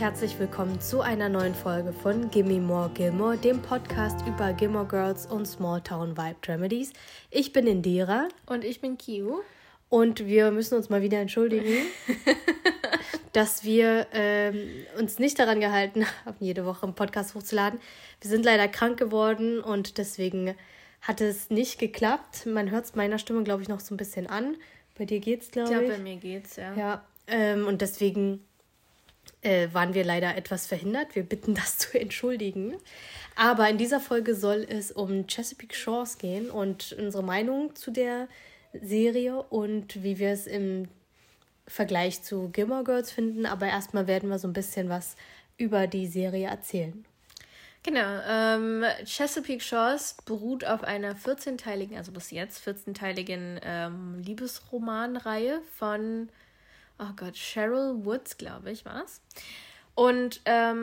herzlich willkommen zu einer neuen Folge von Gimme More Gilmore, dem Podcast über Gilmore Girls und Small Town Vibe Dramedies. Ich bin Indira. Und ich bin Kiu. Und wir müssen uns mal wieder entschuldigen, dass wir uns nicht daran gehalten haben, jede Woche einen Podcast hochzuladen. Wir sind leider krank geworden und deswegen hat es nicht geklappt. Man hört es meiner Stimme, glaube ich, noch so ein bisschen an. Bei dir geht's, glaube ich. Ja, bei mir geht's, ja. Ja, und deswegen waren wir leider etwas verhindert. Wir bitten, das zu entschuldigen. Aber in dieser Folge soll es um Chesapeake Shores gehen und unsere Meinung zu der Serie und wie wir es im Vergleich zu Gilmore Girls finden. Aber erstmal werden wir so ein bisschen was über die Serie erzählen. Genau, Chesapeake Shores beruht auf einer 14-teiligen, also bis jetzt 14-teiligen Liebesromanreihe von, oh Gott, Cheryl Woods, glaube ich, war's. Und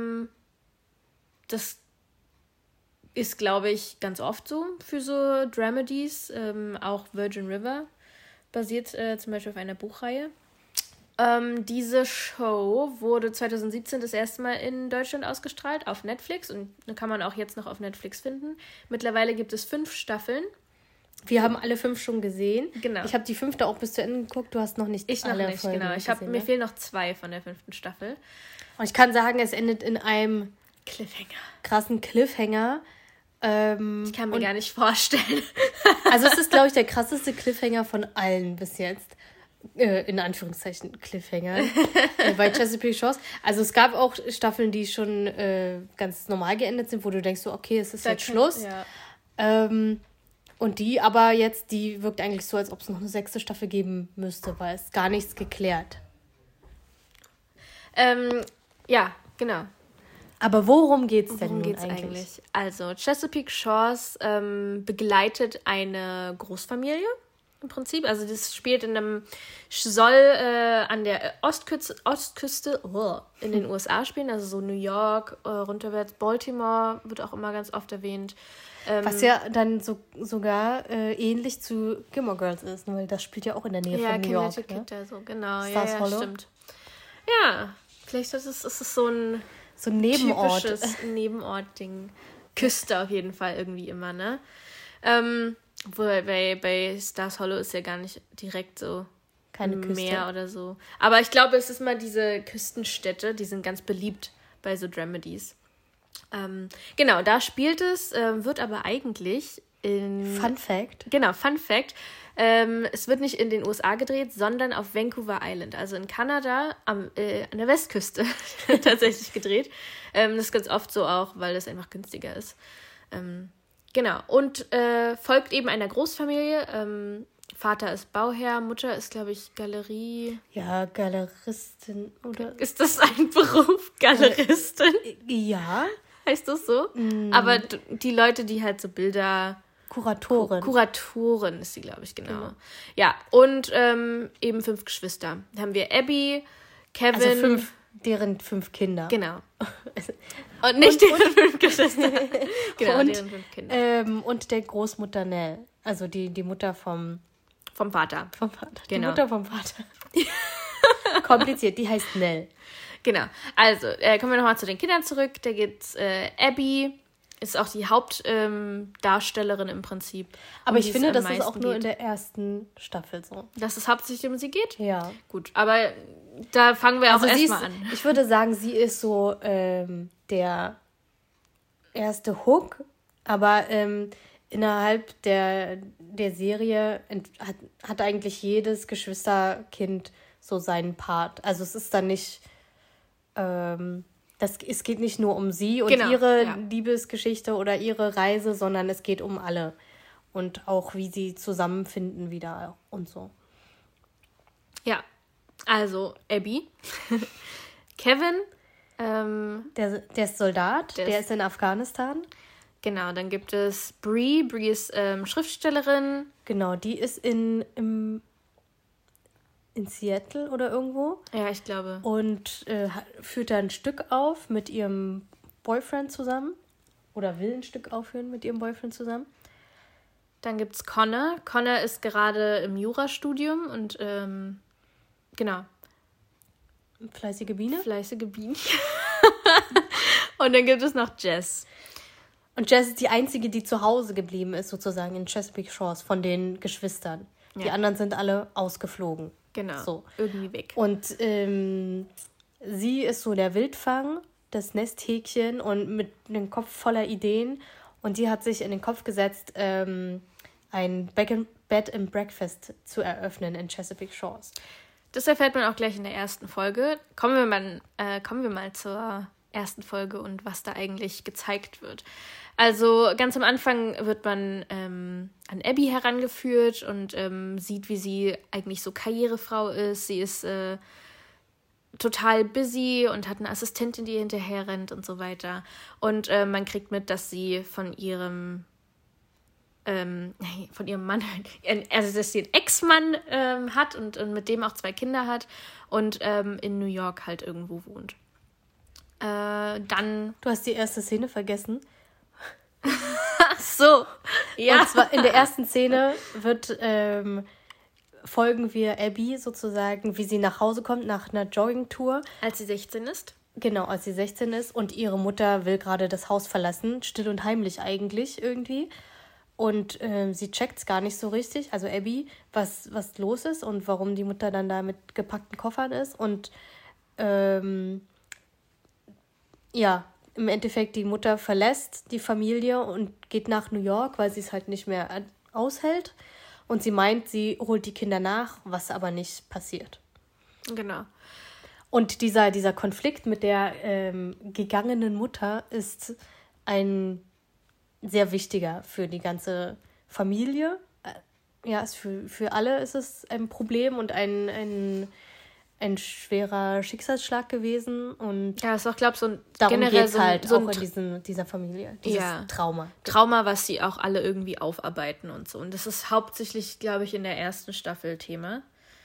das ist, glaube ich, ganz oft so für so Dramedies. Auch Virgin River basiert zum Beispiel auf einer Buchreihe. Diese Show wurde 2017 das erste Mal in Deutschland ausgestrahlt auf Netflix und kann man auch jetzt noch auf Netflix finden. Mittlerweile gibt es 5 Staffeln. Wir haben alle 5 schon gesehen. Genau. Ich habe die 5. auch bis zu Ende geguckt. Du hast noch nicht alle Folgen genau. gesehen, Mir fehlen noch 2 von der 5. Staffel. Und ich kann sagen, es endet in einem krassen Cliffhanger. Ich kann mir gar nicht vorstellen. Also es ist, glaube ich, der krasseste Cliffhanger von allen bis jetzt. In Anführungszeichen Cliffhanger bei Chesapeake Shores. Also es gab auch Staffeln, die schon ganz normal geendet sind, wo du denkst, so, okay, es ist jetzt Schluss. Ja. Und die aber jetzt, die wirkt eigentlich so, als ob es noch eine 6. Staffel geben müsste, weil es gar nichts geklärt. Ja, genau. Aber worum geht's denn nun eigentlich? Also Chesapeake Shores begleitet eine Großfamilie im Prinzip. Also das spielt soll an der Ostküste in den USA spielen, also so New York, runterwärts. Baltimore wird auch immer ganz oft erwähnt. Was ja dann sogar ähnlich zu Gilmore Girls ist, weil das spielt ja auch in der Nähe von New York. Ja, so, genau. Stars Hollow. Stimmt. Ja, vielleicht ist es so ein Nebenort. Typisches Nebenort-Ding. Küste auf jeden Fall irgendwie immer, ne? Bei Stars Hollow ist ja gar nicht direkt so keine Küste. Meer oder so. Aber ich glaube, es ist mal diese Küstenstädte, die sind ganz beliebt bei so Dramedies. Genau, da spielt es, wird aber eigentlich in... Fun Fact. Genau, Fun Fact. Es wird nicht in den USA gedreht, sondern auf Vancouver Island, also in Kanada, an der Westküste tatsächlich gedreht. Das ist ganz oft so auch, weil das einfach günstiger ist. Genau, und folgt eben einer Großfamilie. Vater ist Bauherr, Mutter ist, glaube ich, Galerie... Ja, Galeristin, oder? Ist das ein Beruf, Galeristin? Ja. Heißt das so? Aber die Leute, die halt so Bilder... Kuratorin ist sie, glaube ich, genau. Ja, und eben 5 Geschwister. Da haben wir Abby, Kevin... Also deren 5 Kinder. Genau. Und nicht deren 5 Geschwister. Genau, und, deren 5 Kinder. Und der Großmutter Nell. Also die Mutter vom Vater. Vom Vater. Genau. Die Mutter vom Vater. Kompliziert, die heißt Nell. Genau. Also, kommen wir nochmal zu den Kindern zurück. Da gibt's Abby, ist auch die Hauptdarstellerin im Prinzip. Aber ich finde, das ist auch nur in der ersten Staffel so. Dass es hauptsächlich um sie geht? Ja. Gut, aber da fangen wir auch erstmal an. Ich würde sagen, sie ist so der erste Hook, aber innerhalb der Serie hat eigentlich jedes Geschwisterkind so seinen Part. Also es ist dann nicht... es geht nicht nur um sie und ihre Liebesgeschichte oder ihre Reise, sondern es geht um alle. Und auch, wie sie zusammenfinden wieder und so. Ja, also Abby. Kevin. Der ist Soldat, der ist in Afghanistan. Genau, dann gibt es Bree. Bree ist Schriftstellerin. Genau, die ist in Seattle oder irgendwo. Ja, ich glaube. Und führt da ein Stück auf mit ihrem Boyfriend zusammen. Oder will ein Stück aufführen mit ihrem Boyfriend zusammen. Dann gibt es Connor. Connor ist gerade im Jurastudium und genau. Fleißige Biene. Fleißige Biene. Und dann gibt es noch Jess. Und Jess ist die Einzige, die zu Hause geblieben ist, sozusagen in Chesapeake Shores von den Geschwistern. Ja. Die anderen sind alle ausgeflogen. Genau, so. Irgendwie weg. Und sie ist so der Wildfang, das Nesthäkchen und mit einem Kopf voller Ideen. Und die hat sich in den Kopf gesetzt, ein Bed and Breakfast zu eröffnen in Chesapeake Shores. Das erfährt man auch gleich in der ersten Folge. Kommen wir mal zur ersten Folge und was da eigentlich gezeigt wird. Also ganz am Anfang wird man an Abby herangeführt und sieht, wie sie eigentlich so Karrierefrau ist. Sie ist total busy und hat eine Assistentin, die ihr hinterher rennt und so weiter. Und man kriegt mit, dass sie von ihrem Mann, also dass sie einen Ex-Mann hat und mit dem auch 2 Kinder hat und in New York halt irgendwo wohnt. Dann... Du hast die erste Szene vergessen. Ach so, ja. Und zwar in der ersten Szene folgen wir Abby sozusagen, wie sie nach Hause kommt nach einer Joggingtour. Als sie 16 ist? Genau, als sie 16 ist und ihre Mutter will gerade das Haus verlassen, still und heimlich eigentlich irgendwie. Und sie checkt es gar nicht so richtig, also Abby, was los ist und warum die Mutter dann da mit gepackten Koffern ist. Und ja, im Endeffekt die Mutter verlässt die Familie und geht nach New York, weil sie es halt nicht mehr aushält. Und sie meint, sie holt die Kinder nach, was aber nicht passiert. Genau. Und dieser Konflikt mit der gegangenen Mutter ist ein sehr wichtiger für die ganze Familie. Ja, für alle ist es ein Problem und ein schwerer Schicksalsschlag gewesen. Und ja, ist auch, glaube ich, so ein darum generell geht's so halt so auch in dieser Familie. Dieses Trauma. Trauma, was sie auch alle irgendwie aufarbeiten und so. Und das ist hauptsächlich, glaube ich, in der ersten Staffel Thema.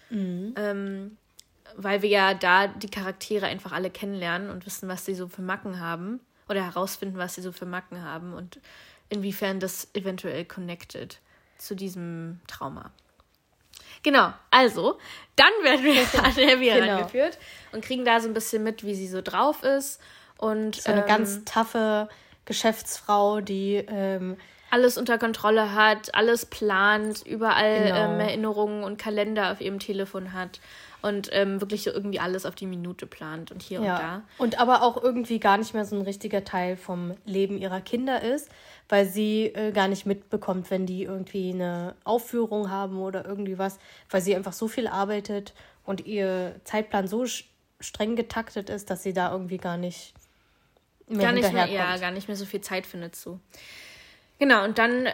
Weil wir ja da die Charaktere einfach alle kennenlernen und wissen, was sie so für Macken haben. Oder herausfinden, was sie so für Macken haben und inwiefern das eventuell connected zu diesem Trauma. Genau, also, dann werden wir an Abby herangeführt und kriegen da so ein bisschen mit, wie sie so drauf ist. Und so eine ganz taffe Geschäftsfrau, die alles unter Kontrolle hat, alles plant, überall Erinnerungen und Kalender auf ihrem Telefon hat und wirklich so irgendwie alles auf die Minute plant und hier und da. Und aber auch irgendwie gar nicht mehr so ein richtiger Teil vom Leben ihrer Kinder ist, weil sie gar nicht mitbekommt, wenn die irgendwie eine Aufführung haben oder irgendwie was, weil sie einfach so viel arbeitet und ihr Zeitplan so streng getaktet ist, dass sie da irgendwie gar nicht mehr hinterherkommt. Ja, gar nicht mehr so viel Zeit findet zu. Genau, und dann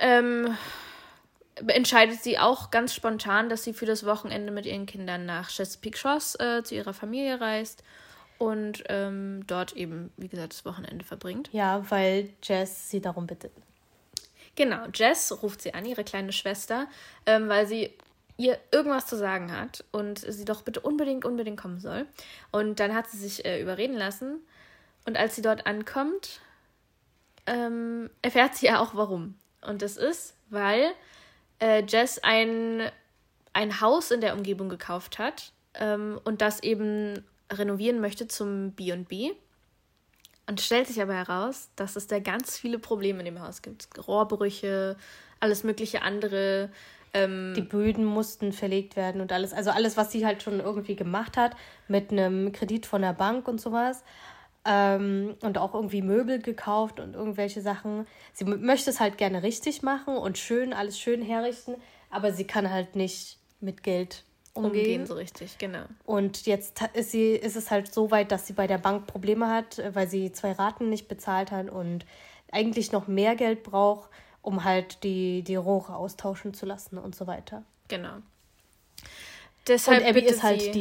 entscheidet sie auch ganz spontan, dass sie für das Wochenende mit ihren Kindern nach Chesapeake Shores zu ihrer Familie reist und dort eben, wie gesagt, das Wochenende verbringt. Ja, weil Jess sie darum bittet. Genau, Jess ruft sie an, ihre kleine Schwester, weil sie ihr irgendwas zu sagen hat und sie doch bitte unbedingt kommen soll. Und dann hat sie sich überreden lassen und als sie dort ankommt, erfährt sie ja auch warum. Und das ist, weil Jess ein Haus in der Umgebung gekauft hat und das eben renovieren möchte zum B&B. Und stellt sich aber heraus, dass es da ganz viele Probleme in dem Haus gibt. Rohrbrüche, alles mögliche andere. Die Böden mussten verlegt werden und alles. Also alles, was sie halt schon irgendwie gemacht hat, mit einem Kredit von der Bank und sowas. Und auch irgendwie Möbel gekauft und irgendwelche Sachen. Sie möchte es halt gerne richtig machen und alles schön herrichten, aber sie kann halt nicht mit Geld umgehen so richtig, genau. Und jetzt ist es halt so weit, dass sie bei der Bank Probleme hat, weil sie 2 Raten nicht bezahlt hat und eigentlich noch mehr Geld braucht, um halt die Rohre austauschen zu lassen und so weiter. Genau. Deshalb und Abby ist halt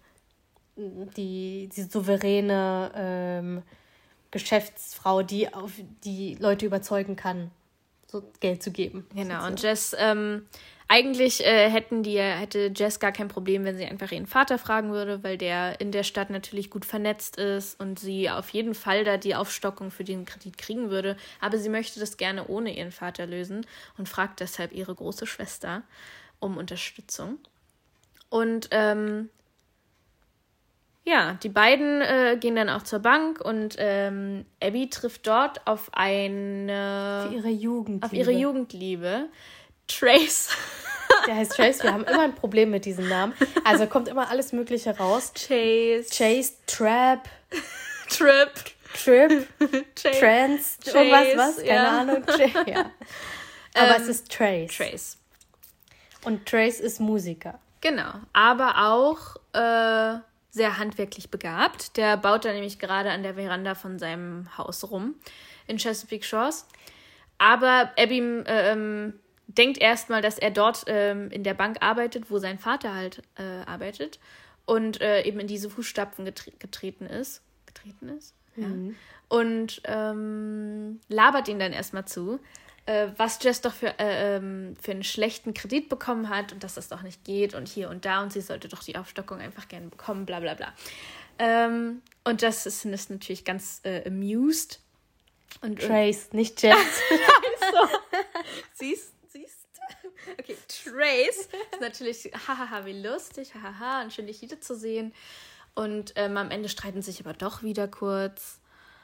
die souveräne Geschäftsfrau, die auf die Leute überzeugen kann, so Geld zu geben. Genau, und Jess, eigentlich hätte Jess gar kein Problem, wenn sie einfach ihren Vater fragen würde, weil der in der Stadt natürlich gut vernetzt ist und sie auf jeden Fall da die Aufstockung für den Kredit kriegen würde. Aber sie möchte das gerne ohne ihren Vater lösen und fragt deshalb ihre große Schwester um Unterstützung. Und Ja, die beiden gehen dann auch zur Bank und Abby trifft dort auf ihre Jugendliebe. Trace. Der heißt Trace. Wir haben immer ein Problem mit diesem Namen. Also kommt immer alles Mögliche raus. Chase, Trap. Trip. Trance. Irgendwas, was? Keine Ahnung. Ja. Aber es ist Trace. Und Trace ist Musiker. Genau. Aber auch sehr handwerklich begabt. Der baut da nämlich gerade an der Veranda von seinem Haus rum in Chesapeake Shores. Aber Abby denkt erstmal, dass er dort in der Bank arbeitet, wo sein Vater halt arbeitet und eben in diese Fußstapfen getreten ist. Ja. Und labert ihn dann erstmal zu, was Jess doch für einen schlechten Kredit bekommen hat und dass das doch nicht geht und hier und da und sie sollte doch die Aufstockung einfach gerne bekommen, bla bla bla. Und Jess ist natürlich ganz amused. Trace, nicht Jess. So. Siehst du? Okay, Trace ist natürlich, hahaha, wie lustig, hahaha, und schön, dich wiederzusehen. Und am Ende streiten sich aber doch wieder kurz.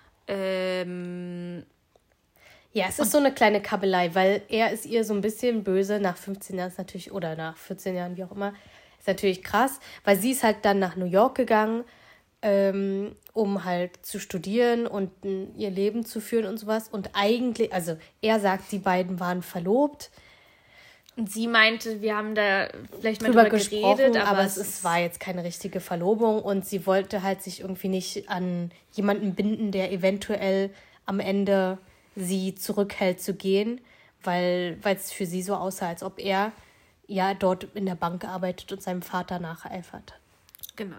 Ja, es ist so eine kleine Kabelei, weil er ist ihr so ein bisschen böse nach 15 Jahren natürlich, oder nach 14 Jahren, wie auch immer. Ist natürlich krass, weil sie ist halt dann nach New York gegangen, um halt zu studieren und ihr Leben zu führen und sowas. Und eigentlich, also er sagt, die beiden waren verlobt. Und sie meinte, wir haben da vielleicht mal drüber geredet, aber es war jetzt keine richtige Verlobung und sie wollte halt sich irgendwie nicht an jemanden binden, der eventuell am Ende sie zurückhält zu gehen, weil es für sie so aussah, als ob er ja dort in der Bank arbeitet und seinem Vater nacheifert. Genau.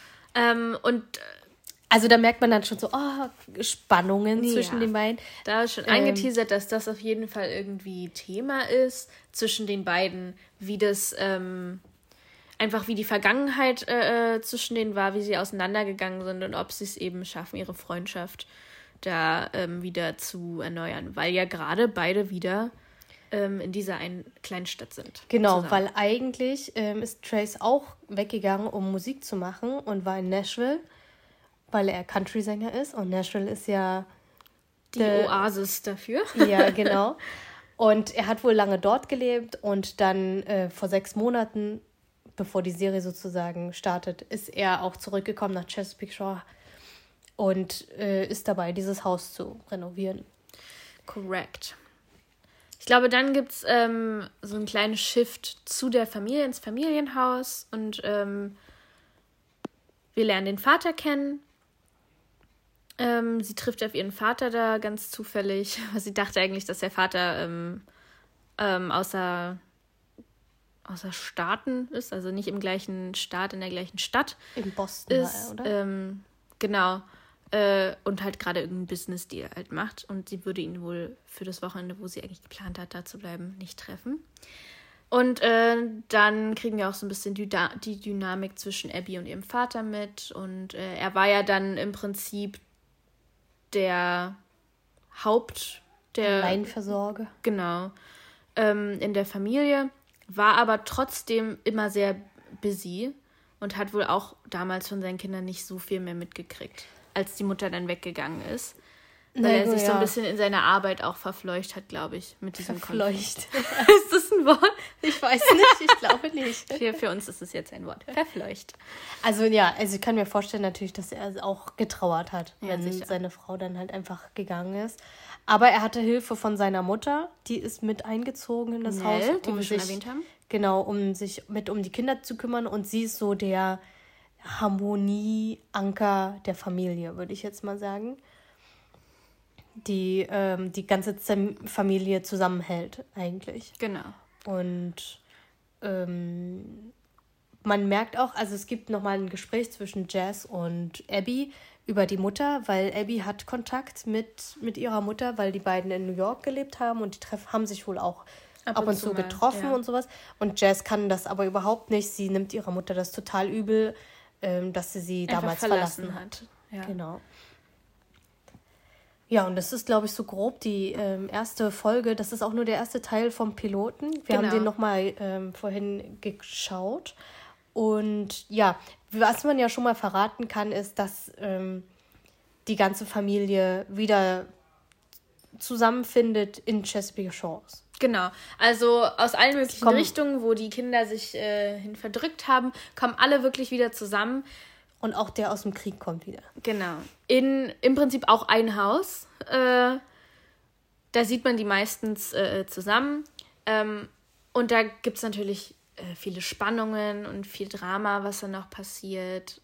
Also da merkt man dann schon so, Spannungen zwischen den beiden. Da ist schon angeteasert, dass das auf jeden Fall irgendwie Thema ist zwischen den beiden, wie das einfach wie die Vergangenheit zwischen denen war, wie sie auseinandergegangen sind und ob sie es eben schaffen, ihre Freundschaft da wieder zu erneuern, weil ja gerade beide wieder in dieser einen kleinen Stadt sind. Genau, zusammen. Weil eigentlich ist Trace auch weggegangen, um Musik zu machen und war in Nashville, weil er Country-Sänger ist und Nashville ist ja die Oasis dafür. Ja, genau. Und er hat wohl lange dort gelebt und dann vor 6 Monaten, bevor die Serie sozusagen startet, ist er auch zurückgekommen nach Chesapeake Shore und ist dabei, dieses Haus zu renovieren. Correct. Ich glaube, dann gibt es so einen kleinen Shift zu der Familie, ins Familienhaus und wir lernen den Vater kennen. Sie trifft auf ihren Vater da ganz zufällig. Sie dachte eigentlich, dass der Vater außer Staaten ist, also nicht im gleichen Staat, in der gleichen Stadt. In Boston ist, oder? Genau. Und halt gerade irgendeinen Business-Deal halt macht. Und sie würde ihn wohl für das Wochenende, wo sie eigentlich geplant hat, da zu bleiben, nicht treffen. Und dann kriegen wir auch so ein bisschen die Dynamik zwischen Abby und ihrem Vater mit. Und er war ja dann im Prinzip der Alleinversorger. Genau. In der Familie. War aber trotzdem immer sehr busy und hat wohl auch damals von seinen Kindern nicht so viel mehr mitgekriegt, als die Mutter dann weggegangen ist. Weil er sich so ein bisschen in seiner Arbeit auch verfleucht hat, glaube ich, mit diesem Konflikt. Ist das ein Wort? Ich weiß nicht, ich glaube nicht. Für uns ist es jetzt ein Wort. Verfleucht. Also ja, ich kann mir vorstellen natürlich, dass er auch getrauert hat, ja, wenn sicher. seine Frau dann halt einfach gegangen ist. Aber er hatte Hilfe von seiner Mutter, die ist mit eingezogen in das Haus. Die wir schon erwähnt haben. Genau, um sich um die Kinder zu kümmern. Und sie ist so der Harmonieanker der Familie, würde ich jetzt mal sagen. Die ganze Familie zusammenhält eigentlich. Genau. Und man merkt auch, also es gibt nochmal ein Gespräch zwischen Jess und Abby über die Mutter, weil Abby hat Kontakt mit ihrer Mutter, weil die beiden in New York gelebt haben und die haben sich wohl auch ab und zu getroffen und sowas. Und Jess kann das aber überhaupt nicht. Sie nimmt ihrer Mutter das total übel, dass sie damals verlassen hat. Ja. Genau. Ja, und das ist, glaube ich, so grob die erste Folge. Das ist auch nur der erste Teil vom Piloten. Wir haben den nochmal vorhin geschaut. Und ja, was man ja schon mal verraten kann, ist, dass die ganze Familie wieder zusammenfindet in Chesapeake Shores. Genau, also aus allen möglichen Richtungen, wo die Kinder sich hin verdrückt haben, kommen alle wirklich wieder zusammen. Und auch der aus dem Krieg kommt wieder. Genau, im Prinzip auch ein Haus. Da sieht man die meistens zusammen. Und da gibt es natürlich viele Spannungen und viel Drama, was dann noch passiert.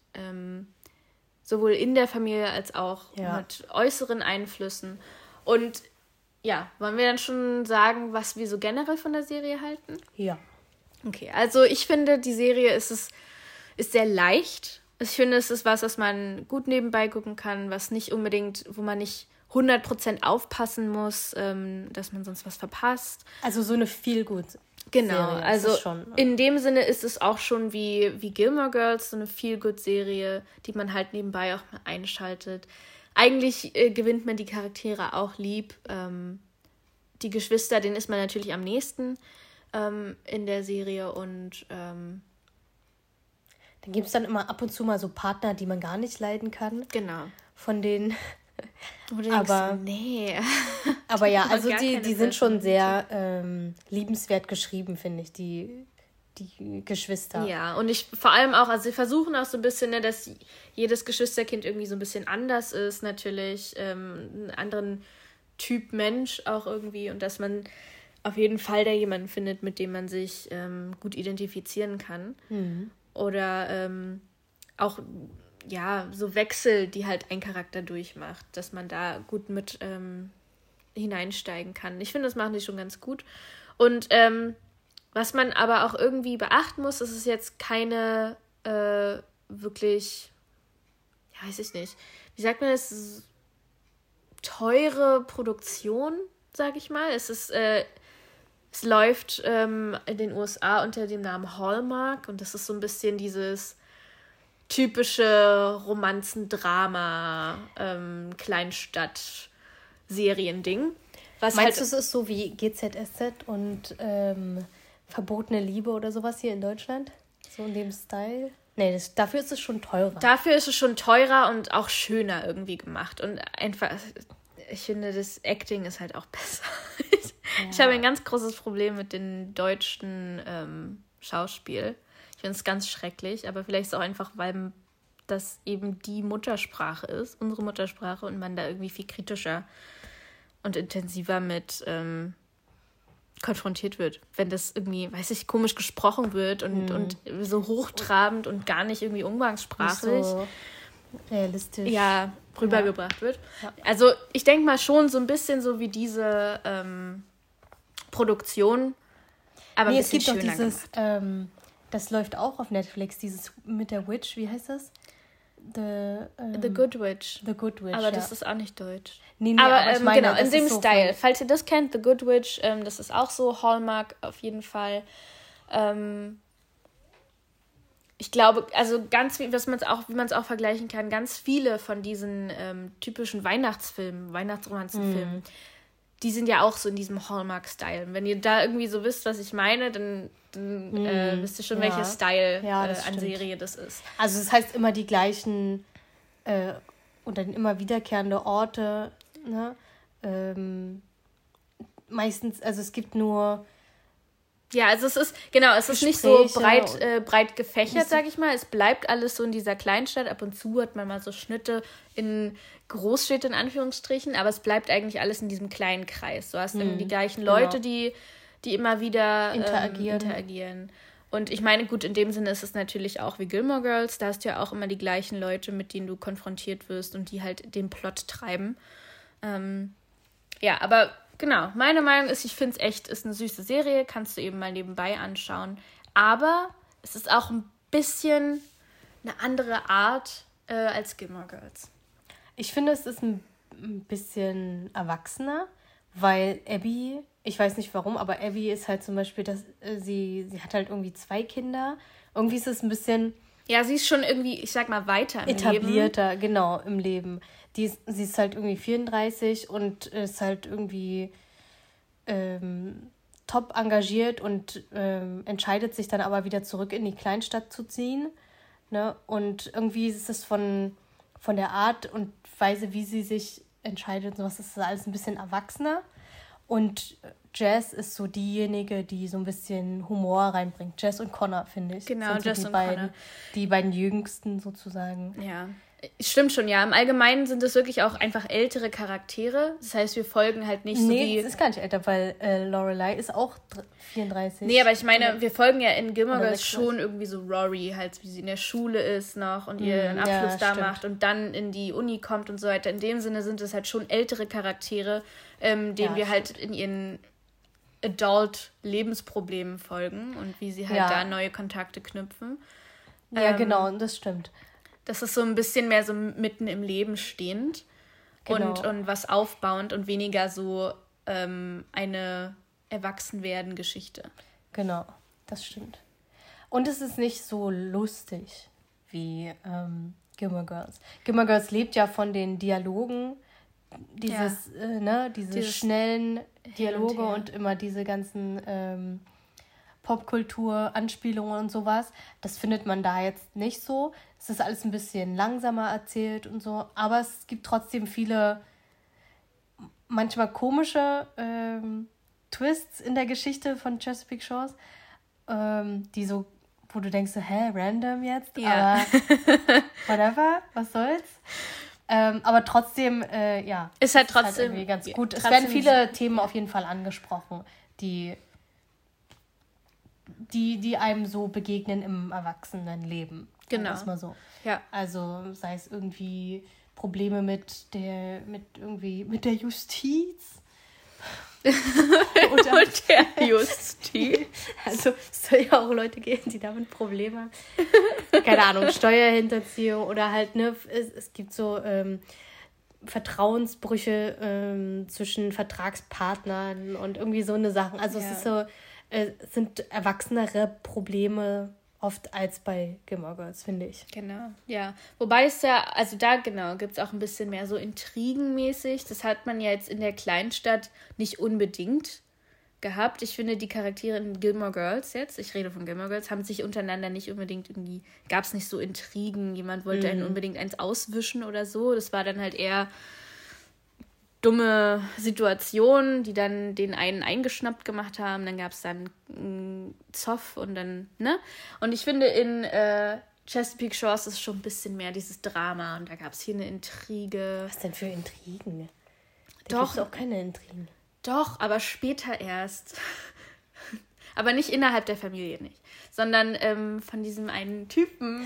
Sowohl in der Familie als auch mit äußeren Einflüssen. Und ja, wollen wir dann schon sagen, was wir so generell von der Serie halten? Ja. Okay, also ich finde, die Serie ist sehr leicht. Ich finde, es ist was man gut nebenbei gucken kann, was nicht unbedingt, wo man nicht 100% aufpassen muss, dass man sonst was verpasst. Also so eine Feel-Good Genau, Serie also schon, ne? In dem Sinne ist es auch schon wie Gilmore Girls, so eine Feel-Good-Serie, die man halt nebenbei auch mal einschaltet. Eigentlich gewinnt man die Charaktere auch lieb. Die Geschwister, denen ist man natürlich am nächsten in der Serie. Und dann gibt es dann immer ab und zu mal so Partner, die man gar nicht leiden kann. Genau. Von denen. Aber nee. Aber ja, also die sind schon sehr liebenswert geschrieben, finde ich, die Geschwister. Ja, und vor allem auch, also sie versuchen auch so ein bisschen, ne, dass jedes Geschwisterkind irgendwie so ein bisschen anders ist, natürlich, einen anderen Typ Mensch auch irgendwie, und dass man auf jeden Fall da jemanden findet, mit dem man sich gut identifizieren kann. Mhm. Oder auch, ja, so Wechsel, die halt ein Charakter durchmacht, dass man da gut mit hineinsteigen kann. Ich finde, das machen die schon ganz gut. Und was man aber auch irgendwie beachten muss, ist es jetzt keine wirklich, ja, weiß ich nicht, wie sagt man das, teure Produktion, sag ich mal. Es läuft in den USA unter dem Namen Hallmark, und das ist so ein bisschen dieses typische Romanzen-Drama, Kleinstadt-Seriending. Meinst du, es ist so wie GZSZ und Verbotene Liebe oder sowas hier in Deutschland? So in dem Style? Nee, dafür ist es schon teurer. Dafür ist es schon teurer und auch schöner irgendwie gemacht. Und einfach, ich finde, das Acting ist halt auch besser. Ich habe ein ganz großes Problem mit dem deutschen Schauspiel. Ich finde es ganz schrecklich, aber vielleicht ist es auch einfach, weil das eben die Muttersprache ist, unsere Muttersprache, und man da irgendwie viel kritischer und intensiver mit konfrontiert wird. Wenn das irgendwie, weiß ich, komisch gesprochen wird und so hochtrabend und gar nicht irgendwie umgangssprachlich. Nicht so realistisch. Ja, rübergebracht wird. Ja. Also ich denke mal schon so ein bisschen so wie diese Produktion, aber ein bisschen schöner gemacht. Es gibt doch dieses, das läuft auch auf Netflix, dieses mit der Witch, wie heißt das? The Good Witch. The Good Witch, aber das ist auch nicht deutsch. Nee, aber ich meine, genau, in dem so Style. Falls ihr das kennt, The Good Witch, das ist auch so Hallmark auf jeden Fall. Ich glaube, also ganz wie man es auch vergleichen kann, ganz viele von diesen typischen Weihnachtsromanzenfilmen, die sind ja auch so in diesem Hallmark-Style. Und wenn ihr da irgendwie so wisst, was ich meine, dann wisst ihr schon, welcher Style an Serie das ist. Also es heißt immer die gleichen und dann immer wiederkehrende Orte. Ne? Meistens, also es gibt nur... Ja, also es ist nicht so breit gefächert, sag ich mal. Es bleibt alles so in dieser Kleinstadt. Ab und zu hat man mal so Schnitte in Großstädte, in Anführungsstrichen, aber es bleibt eigentlich alles in diesem kleinen Kreis. Du hast irgendwie die gleichen Leute, die immer wieder interagieren. Und ich meine, gut, in dem Sinne ist es natürlich auch wie Gilmore Girls. Da hast du ja auch immer die gleichen Leute, mit denen du konfrontiert wirst und die halt den Plot treiben. Ja, aber genau, meine Meinung ist, ich finde es echt, ist eine süße Serie, kannst du eben mal nebenbei anschauen. Aber es ist auch ein bisschen eine andere Art als Gilmore Girls. Ich finde, es ist ein bisschen erwachsener, weil Abby, ich weiß nicht warum, aber Abby ist halt zum Beispiel, sie hat halt irgendwie 2 Kinder. Irgendwie ist es ein bisschen... Ja, sie ist schon irgendwie, ich sag mal, weiter im etablierter, Leben. Genau, im Leben. Sie ist halt irgendwie 34 und ist halt irgendwie top engagiert und entscheidet sich dann aber wieder zurück in die Kleinstadt zu ziehen. Ne? Und irgendwie ist es von der Art und Weise, wie sie sich entscheidet, sowas ist alles ein bisschen erwachsener. Und Jess ist so diejenige, die so ein bisschen Humor reinbringt. Jess und Connor, finde ich. Genau, sind so Jess und Connor. Die beiden Jüngsten sozusagen. Ja, stimmt schon, ja. Im Allgemeinen sind es wirklich auch einfach ältere Charaktere. Das heißt, wir folgen halt nicht so wie... Nee, das ist gar nicht älter, weil Lorelei ist auch 34. Nee, aber ich meine, wir folgen ja in Gilmore Girls schon irgendwie so Rory, halt wie sie in der Schule ist noch und ihren Abschluss da macht und dann in die Uni kommt und so weiter. In dem Sinne sind es halt schon ältere Charaktere, denen wir halt in ihren Adult-Lebensproblemen folgen und wie sie halt da neue Kontakte knüpfen. Ja, genau, das stimmt. Das ist so ein bisschen mehr so mitten im Leben stehend und was aufbauend und weniger so eine Erwachsenwerden-Geschichte. Genau, das stimmt. Und es ist nicht so lustig wie Gilmore Girls. Gilmore Girls lebt ja von den Dialogen, diese schnellen Dialoge und immer diese ganzen Popkultur, Anspielungen und sowas. Das findet man da jetzt nicht so. Es ist alles ein bisschen langsamer erzählt und so. Aber es gibt trotzdem viele, manchmal komische Twists in der Geschichte von Chesapeake Shores, die so, wo du denkst, so, random jetzt? Ja. Aber whatever, was soll's? Aber trotzdem, ist halt trotzdem halt irgendwie ganz gut. Es werden viele Themen auf jeden Fall angesprochen, die einem so begegnen im Erwachsenenleben. Genau. Das mal so. Ja. Also sei es irgendwie Probleme mit der Justiz. Oder mit der Justiz. Also es soll ja auch Leute geben, die damit Probleme haben. Keine Ahnung, Steuerhinterziehung oder halt, ne, es gibt so Vertrauensbrüche zwischen Vertragspartnern und irgendwie so eine Sachen. Also es ist so, sind erwachsenere Probleme oft als bei Gilmore Girls, finde ich. Genau, ja. Wobei es ja, also da gibt es auch ein bisschen mehr so intrigenmäßig. Das hat man ja jetzt in der Kleinstadt nicht unbedingt gehabt. Ich finde, die Charaktere in Gilmore Girls jetzt, ich rede von Gilmore Girls, haben sich untereinander nicht unbedingt irgendwie, gab es nicht so Intrigen, jemand wollte einen unbedingt eins auswischen oder so. Das war dann halt eher dumme Situationen, die dann den einen eingeschnappt gemacht haben. Dann gab es dann Zoff und dann, ne? Und ich finde, in Chesapeake Shores ist schon ein bisschen mehr dieses Drama und da gab es hier eine Intrige. Was denn für Intrigen? Da gibt's auch keine Intrigen. Doch, aber später erst. Aber nicht innerhalb der Familie nicht, sondern von diesem einen Typen.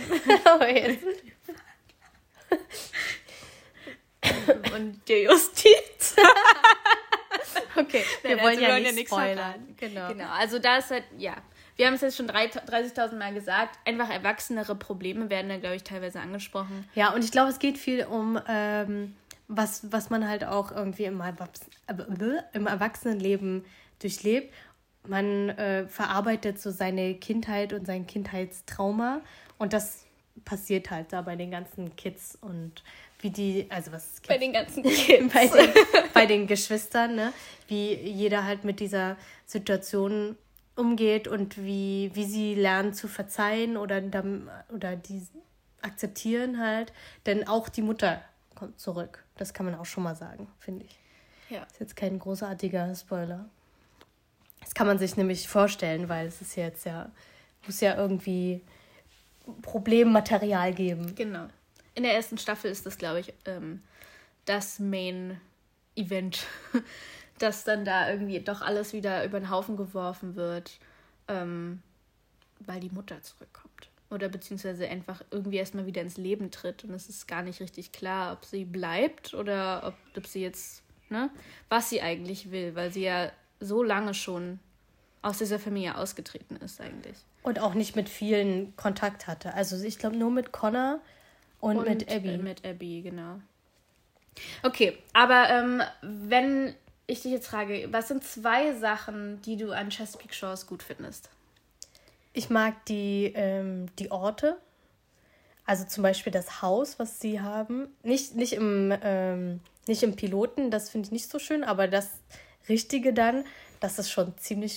Und der Justiz. Okay, wir wollen ja nicht spoilern. Genau, also da ist halt, ja, wir haben es jetzt schon 30.000 Mal gesagt, einfach erwachsenere Probleme werden da, glaube ich, teilweise angesprochen. Ja, und ich glaube, es geht viel um, was man halt auch irgendwie im Erwachsenenleben durchlebt. Man verarbeitet so seine Kindheit und sein Kindheitstrauma und das passiert halt da bei den ganzen Kids und wie die, also was bei den ganzen Kids. bei den Geschwistern, ne? Wie jeder halt mit dieser Situation umgeht und wie sie lernen zu verzeihen oder die akzeptieren halt. Denn auch die Mutter kommt zurück. Das kann man auch schon mal sagen, finde ich. Ja. Ist jetzt kein großartiger Spoiler. Das kann man sich nämlich vorstellen, weil es ist jetzt muss ja irgendwie Problemmaterial geben. Genau. In der ersten Staffel ist das, glaube ich, das Main-Event, dass dann da irgendwie doch alles wieder über den Haufen geworfen wird, weil die Mutter zurückkommt. Oder beziehungsweise einfach irgendwie erstmal wieder ins Leben tritt. Und es ist gar nicht richtig klar, ob sie bleibt oder ob sie jetzt, ne, was sie eigentlich will, weil sie ja so lange schon aus dieser Familie ausgetreten ist eigentlich. Und auch nicht mit vielen Kontakt hatte. Also ich glaube nur mit Connor und mit Abby. Mit Abby, genau. Okay, aber wenn ich dich jetzt frage, was sind 2 Sachen, die du an Chesapeake Shores gut findest? Ich mag die Orte. Also zum Beispiel das Haus, was sie haben. Nicht im Piloten, das finde ich nicht so schön, aber das Richtige dann, das ist schon ziemlich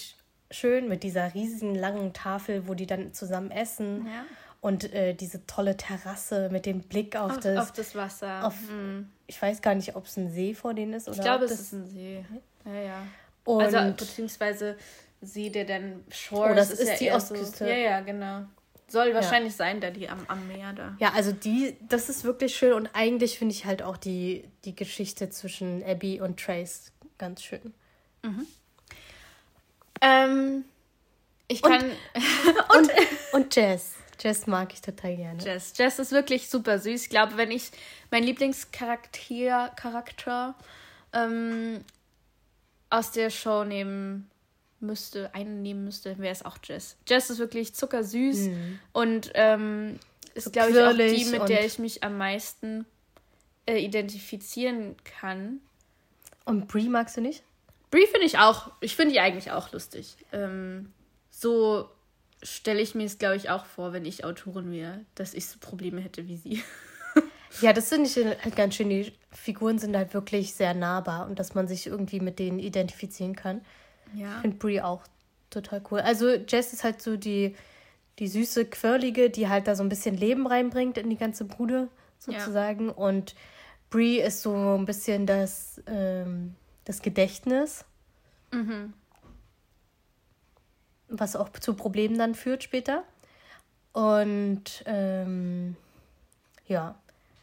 schön mit dieser riesigen langen Tafel, wo die dann zusammen essen. Ja. Und diese tolle Terrasse mit dem Blick auf das Wasser. Ich weiß gar nicht, ob es ein See vor denen ist. Oder ich glaube, es ist ein See. Ja. Und also, beziehungsweise See, der dann Shore das ist die Ostküste. So, ja, genau. Soll wahrscheinlich sein, da die am Meer da. Ja, also das ist wirklich schön. Und eigentlich finde ich halt auch die Geschichte zwischen Abby und Trace ganz schön. Ich kann... Und Jess. Jess mag ich total gerne. Jess ist wirklich super süß. Ich glaube, wenn ich meinen Lieblingscharakter aus der Show einnehmen müsste, wäre es auch Jess. Jess ist wirklich zuckersüß und ist, so glaube ich, auch die, mit der ich mich am meisten identifizieren kann. Und Brie magst du nicht? Brie finde ich finde die eigentlich auch lustig. So stelle ich mir es, glaube ich, auch vor, wenn ich Autorin wäre, dass ich so Probleme hätte wie sie. Ja, das finde ich halt ganz schön. Die Figuren sind halt wirklich sehr nahbar und dass man sich irgendwie mit denen identifizieren kann. Ja. Ich finde Brie auch total cool. Also Jess ist halt so die süße, quirlige, die halt da so ein bisschen Leben reinbringt in die ganze Bude sozusagen. Ja. Und Brie ist so ein bisschen das Gedächtnis. Was auch zu Problemen dann führt später. Und ja.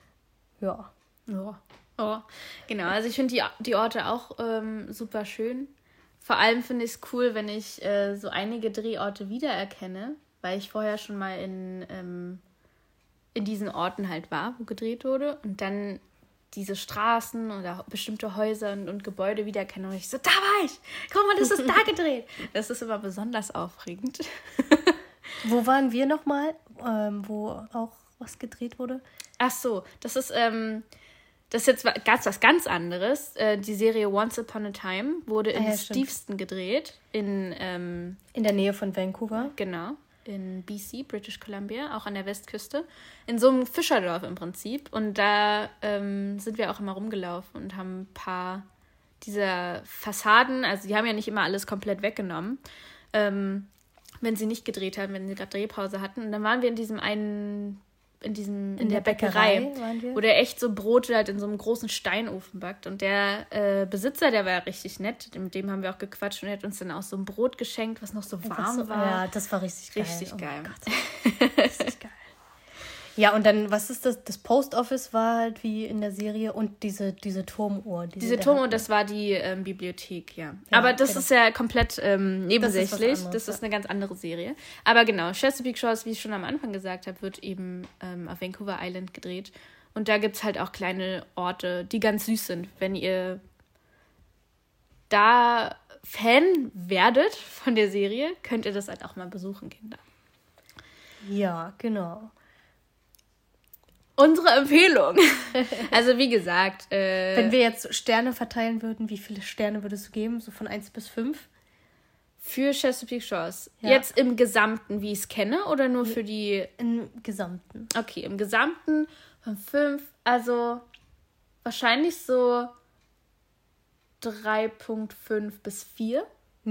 Oh. Genau, also ich finde die Orte auch super schön. Vor allem finde ich es cool, wenn ich so einige Drehorte wiedererkenne, weil ich vorher schon mal in diesen Orten halt war, wo gedreht wurde. Und dann diese Straßen oder bestimmte Häuser und Gebäude wiedererkenne. Und ich so, da war ich! Guck mal, das ist da gedreht! Das ist immer besonders aufregend. Wo waren wir nochmal, wo auch was gedreht wurde? Ach so, das ist jetzt was ganz anderes. Die Serie Once Upon a Time wurde in Steveston gedreht. In der Nähe von Vancouver. Genau. In BC, British Columbia, auch an der Westküste. In so einem Fischerdorf im Prinzip. Und da sind wir auch immer rumgelaufen und haben ein paar dieser Fassaden, also die haben ja nicht immer alles komplett weggenommen, wenn sie nicht gedreht haben, wenn sie gerade Drehpause hatten. Und dann waren wir in der Bäckerei, wo der echt so Brote halt in so einem großen Steinofen backt. Und der Besitzer, der war richtig nett. Mit dem haben wir auch gequatscht und er hat uns dann auch so ein Brot geschenkt, was noch so warm war. Ja, das war richtig geil. Richtig geil. Mein Gott. Richtig geil. Ja, und dann, was ist das? Das Post Office war halt wie in der Serie und diese Turmuhr. Diese Turmuhr, das war die Bibliothek, ja. Aber das ist ja komplett nebensächlich. Das ist eine ganz andere Serie. Aber genau, Chesapeake Shores, wie ich schon am Anfang gesagt habe, wird eben auf Vancouver Island gedreht. Und da gibt es halt auch kleine Orte, die ganz süß sind. Wenn ihr da Fan werdet von der Serie, könnt ihr das halt auch mal besuchen, Kinder. Ja, genau. Unsere Empfehlung. Also wie gesagt. Wenn wir jetzt Sterne verteilen würden, wie viele Sterne würdest du geben? So von 1 bis 5? Für Chesapeake Shores. Ja. Jetzt im Gesamten, wie ich es kenne, oder nur für die... Im Gesamten. Okay, im Gesamten von 5. Also wahrscheinlich so 3,5 bis 4.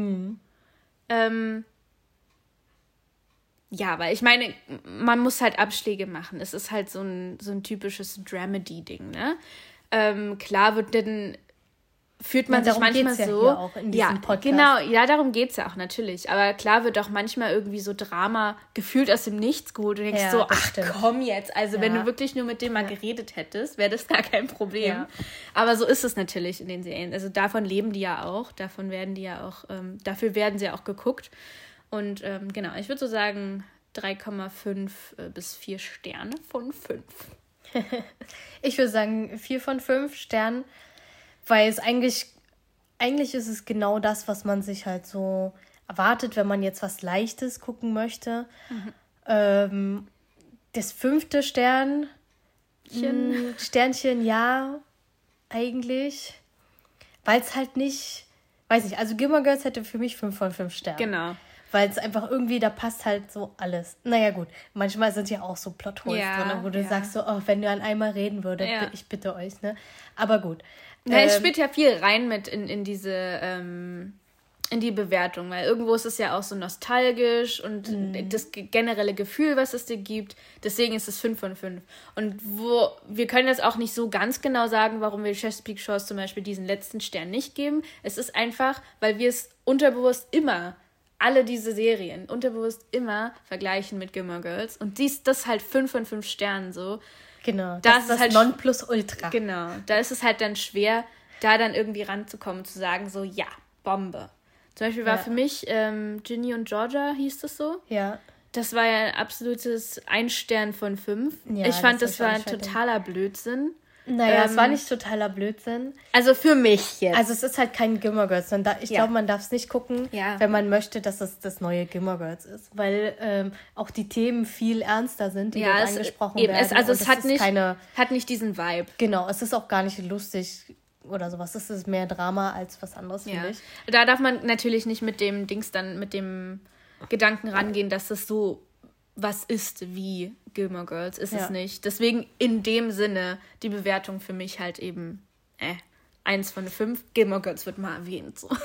Ja, weil ich meine, man muss halt Abschläge machen. Es ist halt so ein typisches Dramedy-Ding, ne? Klar fühlt man sich manchmal so. Ja, auch in diesem Podcast. Genau, ja, darum geht's ja auch natürlich. Aber klar wird auch manchmal irgendwie so Drama gefühlt aus dem Nichts geholt und denkst so, ach komm jetzt. Also wenn du wirklich nur mit dem mal geredet hättest, wäre das gar kein Problem. Ja. Aber so ist es natürlich in den Serien. Also davon leben die ja auch, dafür werden sie ja auch geguckt. Und genau, ich würde so sagen 3,5 bis 4 Sterne von 5. Ich würde sagen 4 von 5 Sternen, weil es eigentlich ist es genau das, was man sich halt so erwartet, wenn man jetzt was Leichtes gucken möchte. Das 5. Sternchen, ja, eigentlich, weil es halt nicht, weiß nicht, also Gilmore Girls hätte für mich 5 von 5 Sternen. Genau. Weil es einfach irgendwie, da passt halt so alles. Naja, gut. Manchmal sind ja auch so Plotholes drin, wo du sagst so, wenn ihr an einmal reden würdet, ich bitte euch, ne? Aber gut. Es spielt ja viel rein mit in diese in die Bewertung, weil irgendwo ist es ja auch so nostalgisch und das generelle Gefühl, was es dir gibt. Deswegen ist es 5 von 5. Und wir können jetzt auch nicht so ganz genau sagen, warum wir Chesapeake Shores zum Beispiel diesen letzten Stern nicht geben. Es ist einfach, weil wir es unterbewusst immer, alle diese Serien, unterbewusst immer vergleichen mit Gilmore Girls. Und das halt 5 von 5 Sternen so. Genau, das ist das halt Nonplusultra. Genau, da ist es halt dann schwer, da dann irgendwie ranzukommen, zu sagen so, ja, Bombe. Zum Beispiel war für mich Ginny und Georgia, hieß das so? Ja. Das war ja ein absolutes 1 Stern von 5. Ja, ich fand, das war ein totaler Blödsinn. Naja, es war nicht totaler Blödsinn. Also für mich jetzt. Also es ist halt kein Gilmore Girls. Ich glaube, man darf es nicht gucken, wenn man möchte, dass es das neue Gilmore Girls ist. Weil auch die Themen viel ernster sind, die dort angesprochen werden. Es hat nicht diesen Vibe. Genau, es ist auch gar nicht lustig oder sowas. Es ist mehr Drama als was anderes, finde ich. Da darf man natürlich nicht mit dem Gedanken rangehen, dass das so was ist wie Gilmore Girls. Ist es nicht. Deswegen in dem Sinne die Bewertung für mich halt eben 1 von 5. Gilmore Girls wird mal erwähnt. So.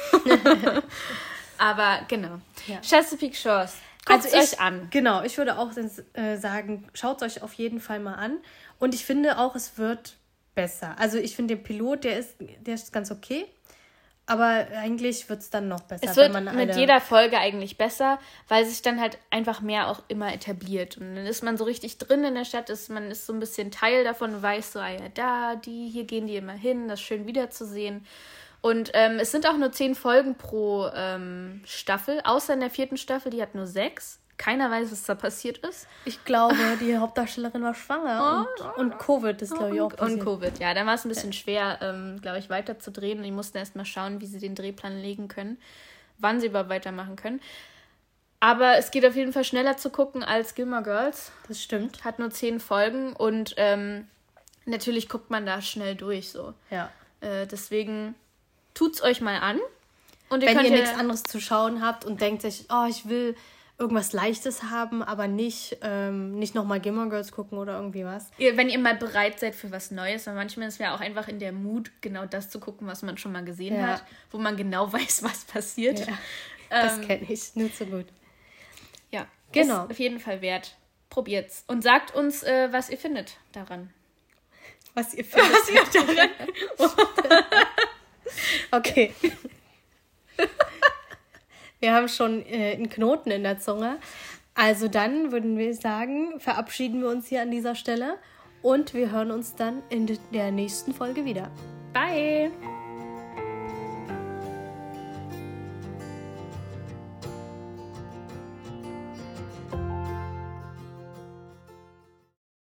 Aber genau. Ja. Chesapeake Shores. Guckt es euch an. Genau, ich würde auch sagen, schaut es euch auf jeden Fall mal an. Und ich finde auch, es wird besser. Also ich finde den Pilot, der ist ganz okay. Aber eigentlich wird es dann noch besser. Es wird mit jeder Folge eigentlich besser, weil sich dann halt einfach mehr auch immer etabliert. Und dann ist man so richtig drin in der Stadt, man ist so ein bisschen Teil davon und weiß so, hier gehen die immer hin, das ist schön wiederzusehen. Und es sind auch nur 10 Folgen pro Staffel, außer in der 4. Staffel, die hat nur 6. Keiner weiß, was da passiert ist. Ich glaube, die Hauptdarstellerin war schwanger und Covid ist, glaube ich, auch passiert. Und Covid, ja. Dann war es ein bisschen schwer, glaube ich, weiterzudrehen. Und die mussten erst mal schauen, wie sie den Drehplan legen können, wann sie überhaupt weitermachen können. Aber es geht auf jeden Fall schneller zu gucken als Gilmore Girls. Das stimmt. Hat nur 10 Folgen und natürlich guckt man da schnell durch. So. Ja. Deswegen tut's euch mal an. Und wenn ihr nichts anderes zu schauen habt und denkt sich, ich will irgendwas Leichtes haben, aber nicht nochmal Gilmore Girls gucken oder irgendwie was. Wenn ihr mal bereit seid für was Neues, weil manchmal ist man ja auch einfach in der Mut, genau das zu gucken, was man schon mal gesehen hat, wo man genau weiß, was passiert. Ja, das kenne ich, nur zu gut. Ja, genau. Ist auf jeden Fall wert. Probiert's. Und sagt uns, was ihr findet daran. Was ihr daran? Okay. Wir haben schon einen Knoten in der Zunge. Also dann würden wir sagen, verabschieden wir uns hier an dieser Stelle und wir hören uns dann in der nächsten Folge wieder. Bye!